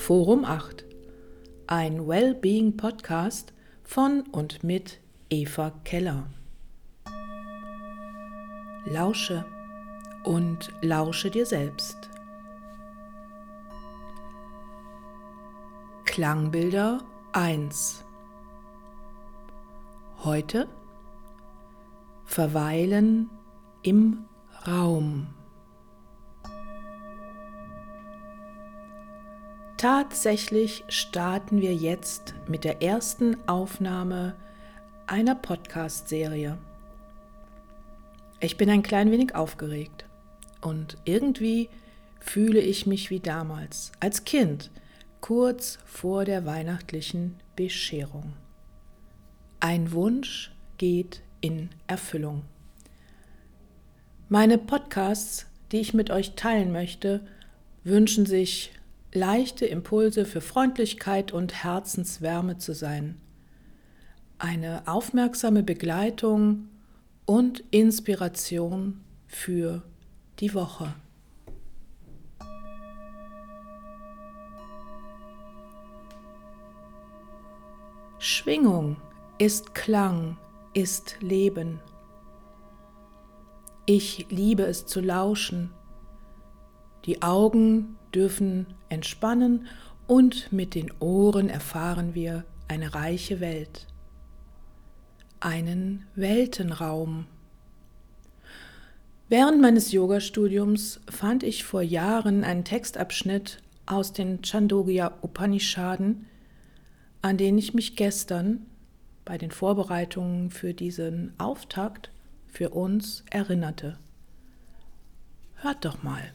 Forum 8, ein Wellbeing-Podcast von und mit Eva Keller. Lausche und lausche dir selbst. Klangbilder 1. Heute verweilen im Raum. Tatsächlich starten wir jetzt mit der ersten Aufnahme einer Podcast-Serie. Ich bin ein klein wenig aufgeregt und irgendwie fühle ich mich wie damals, als Kind, kurz vor der weihnachtlichen Bescherung. Ein Wunsch geht in Erfüllung. Meine Podcasts, die ich mit euch teilen möchte, wünschen sich leichte Impulse für Freundlichkeit und Herzenswärme zu sein. Eine aufmerksame Begleitung und Inspiration für die Woche. Schwingung ist Klang, ist Leben. Ich liebe es zu lauschen. Die Augen dürfen entspannen und mit den Ohren erfahren wir eine reiche Welt. Einen Weltenraum. Während meines Yoga-Studiums fand ich vor Jahren einen Textabschnitt aus den Chandogya Upanishaden, an den ich mich gestern bei den Vorbereitungen für diesen Auftakt für uns erinnerte. Hört doch mal.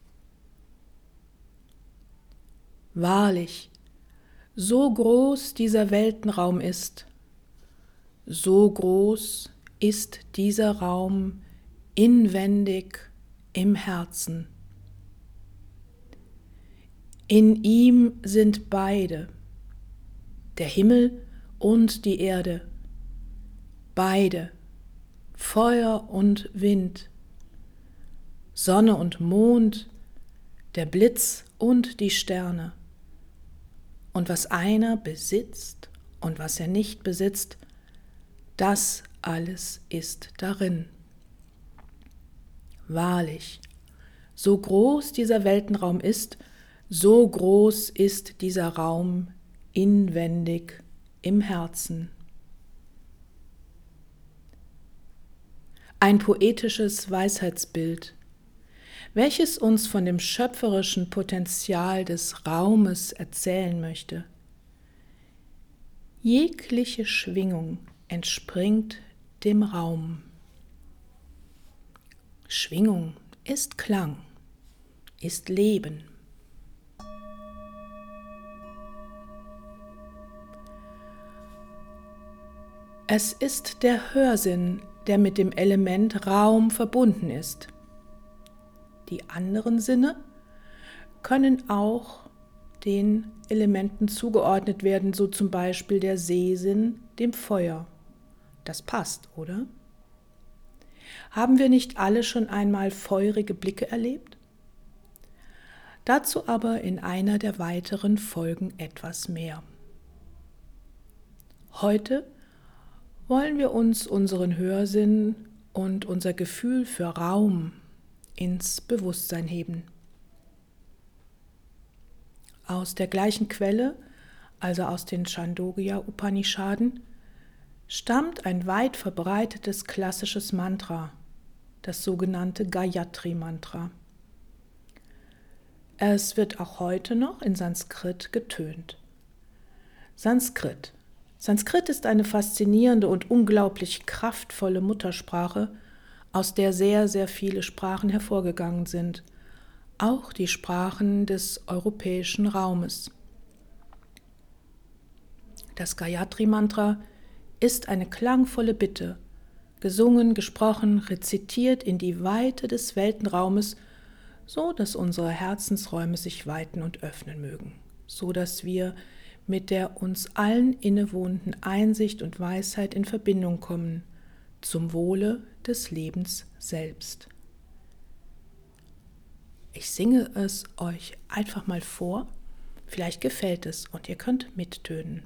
Wahrlich, so groß dieser Weltenraum ist, so groß ist dieser Raum inwendig im Herzen. In ihm sind beide, der Himmel und die Erde, beide, Feuer und Wind, Sonne und Mond, der Blitz und die Sterne. Und was einer besitzt und was er nicht besitzt, das alles ist darin. Wahrlich, so groß dieser Weltenraum ist, so groß ist dieser Raum inwendig im Herzen. Ein poetisches Weisheitsbild, welches uns von dem schöpferischen Potenzial des Raumes erzählen möchte. Jegliche Schwingung entspringt dem Raum. Schwingung ist Klang, ist Leben. Es ist der Hörsinn, der mit dem Element Raum verbunden ist. Die anderen Sinne können auch den Elementen zugeordnet werden, so zum Beispiel der Sehsinn dem Feuer. Das passt, oder? Haben wir nicht alle schon einmal feurige Blicke erlebt? Dazu aber in einer der weiteren Folgen etwas mehr. Heute wollen wir uns unseren Hörsinn und unser Gefühl für Raum ins Bewusstsein heben. Aus der gleichen Quelle, also aus den Chandogya Upanishaden, stammt ein weit verbreitetes klassisches Mantra, das sogenannte Gayatri-Mantra. Es wird auch heute noch in Sanskrit getönt. Sanskrit ist eine faszinierende und unglaublich kraftvolle Muttersprache, aus der sehr, sehr viele Sprachen hervorgegangen sind, auch die Sprachen des europäischen Raumes. Das Gayatri-Mantra ist eine klangvolle Bitte, gesungen, gesprochen, rezitiert in die Weite des Weltenraumes, so dass unsere Herzensräume sich weiten und öffnen mögen, so dass wir mit der uns allen innewohnenden Einsicht und Weisheit in Verbindung kommen, zum Wohle des Lebens selbst. Ich singe es euch einfach mal vor Vielleicht gefällt es und ihr könnt mittönen.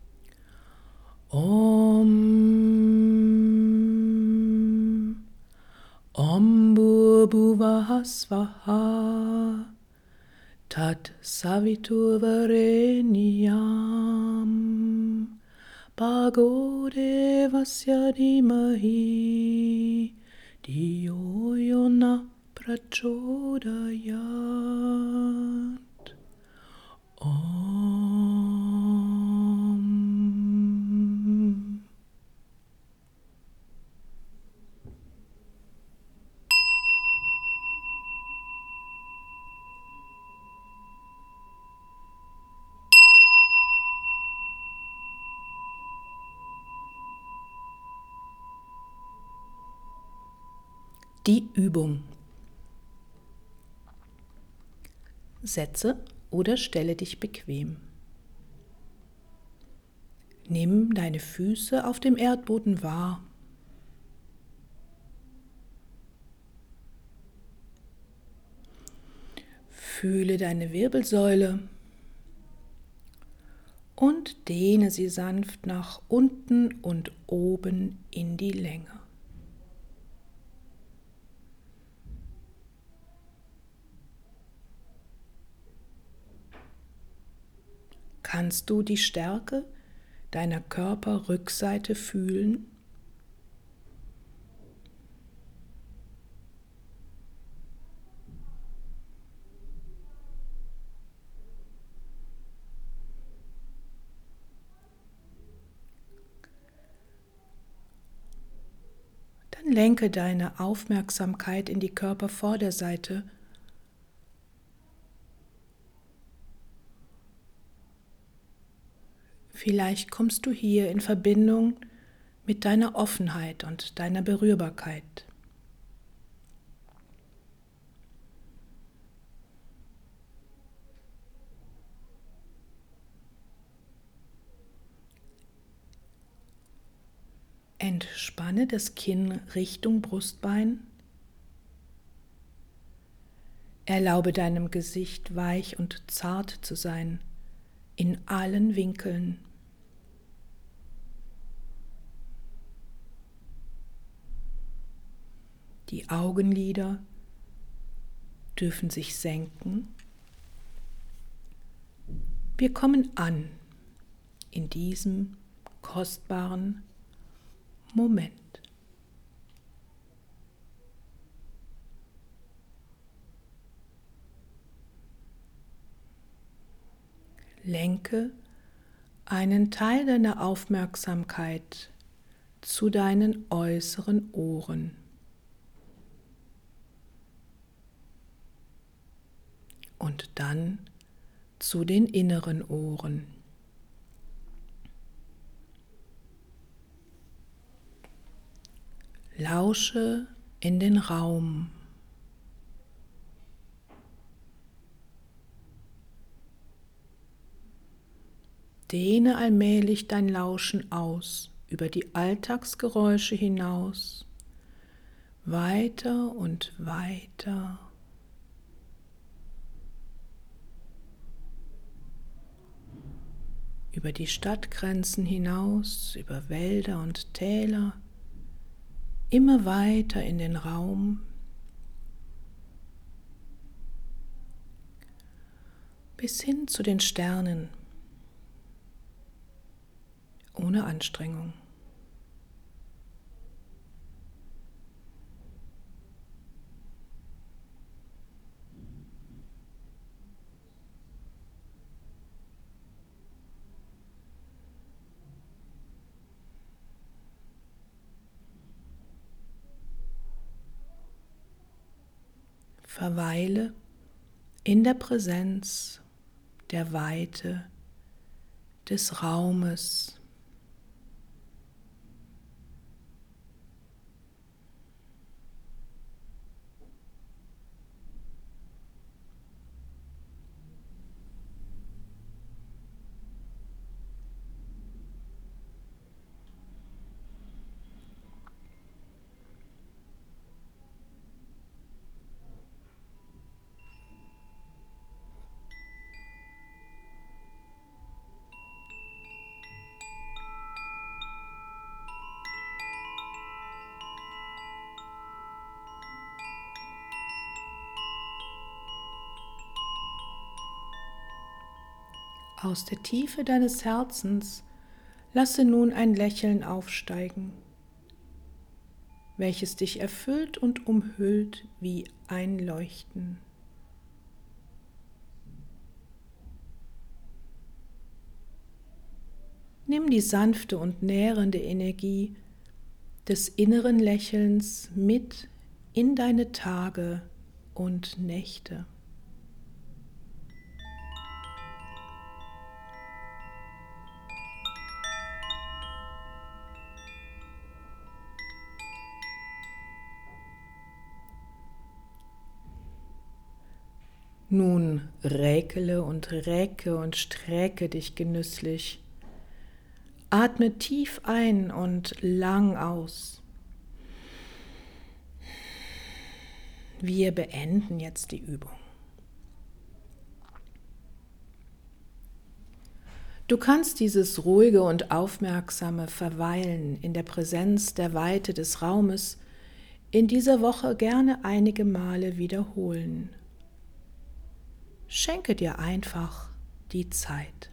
Om, Om Bhurбhuvah Swaha, Tat Savitur Varenyam, Bhargo Devasya Dhimahi, Dhiyo Yo Na Prachodayat. Om. Die Übung. Setze oder stelle dich bequem. Nimm deine Füße auf dem Erdboden wahr. Fühle deine Wirbelsäule und dehne sie sanft nach unten und oben in die Länge. Kannst du die Stärke deiner Körperrückseite fühlen? Dann lenke deine Aufmerksamkeit in die Körpervorderseite. Vielleicht kommst du hier in Verbindung mit deiner Offenheit und deiner Berührbarkeit. Entspanne das Kinn Richtung Brustbein. Erlaube deinem Gesicht weich und zart zu sein, in allen Winkeln. Die Augenlider dürfen sich senken. Wir kommen an in diesem kostbaren Moment. Lenke einen Teil deiner Aufmerksamkeit zu deinen äußeren Ohren. Und dann zu den inneren Ohren. Lausche in den Raum. Dehne allmählich dein Lauschen aus, über die Alltagsgeräusche hinaus, weiter und weiter. Über die Stadtgrenzen hinaus, über Wälder und Täler, immer weiter in den Raum, bis hin zu den Sternen, ohne Anstrengung. Verweile in der Präsenz der Weite des Raumes. Aus der Tiefe deines Herzens lasse nun ein Lächeln aufsteigen, welches dich erfüllt und umhüllt wie ein Leuchten. Nimm die sanfte und nährende Energie des inneren Lächelns mit in deine Tage und Nächte. Nun räkele und recke und strecke dich genüsslich. Atme tief ein und lang aus. Wir beenden jetzt die Übung. Du kannst dieses ruhige und aufmerksame Verweilen in der Präsenz der Weite des Raumes in dieser Woche gerne einige Male wiederholen. Schenke dir einfach die Zeit.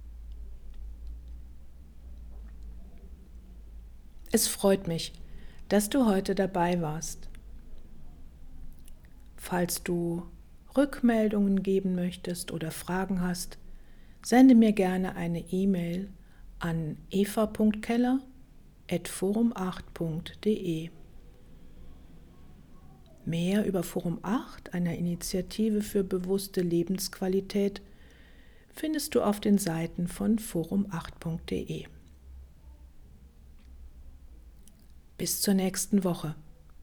Es freut mich, dass du heute dabei warst. Falls du Rückmeldungen geben möchtest oder Fragen hast, sende mir gerne eine E-Mail an eva.keller@forum8.de. Mehr über Forum 8, einer Initiative für bewusste Lebensqualität, findest du auf den Seiten von forum8.de. Bis zur nächsten Woche.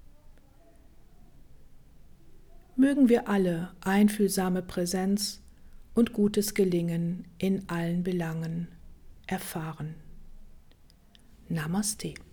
Mögen wir alle einfühlsame Präsenz und gutes Gelingen in allen Belangen erfahren. Namaste.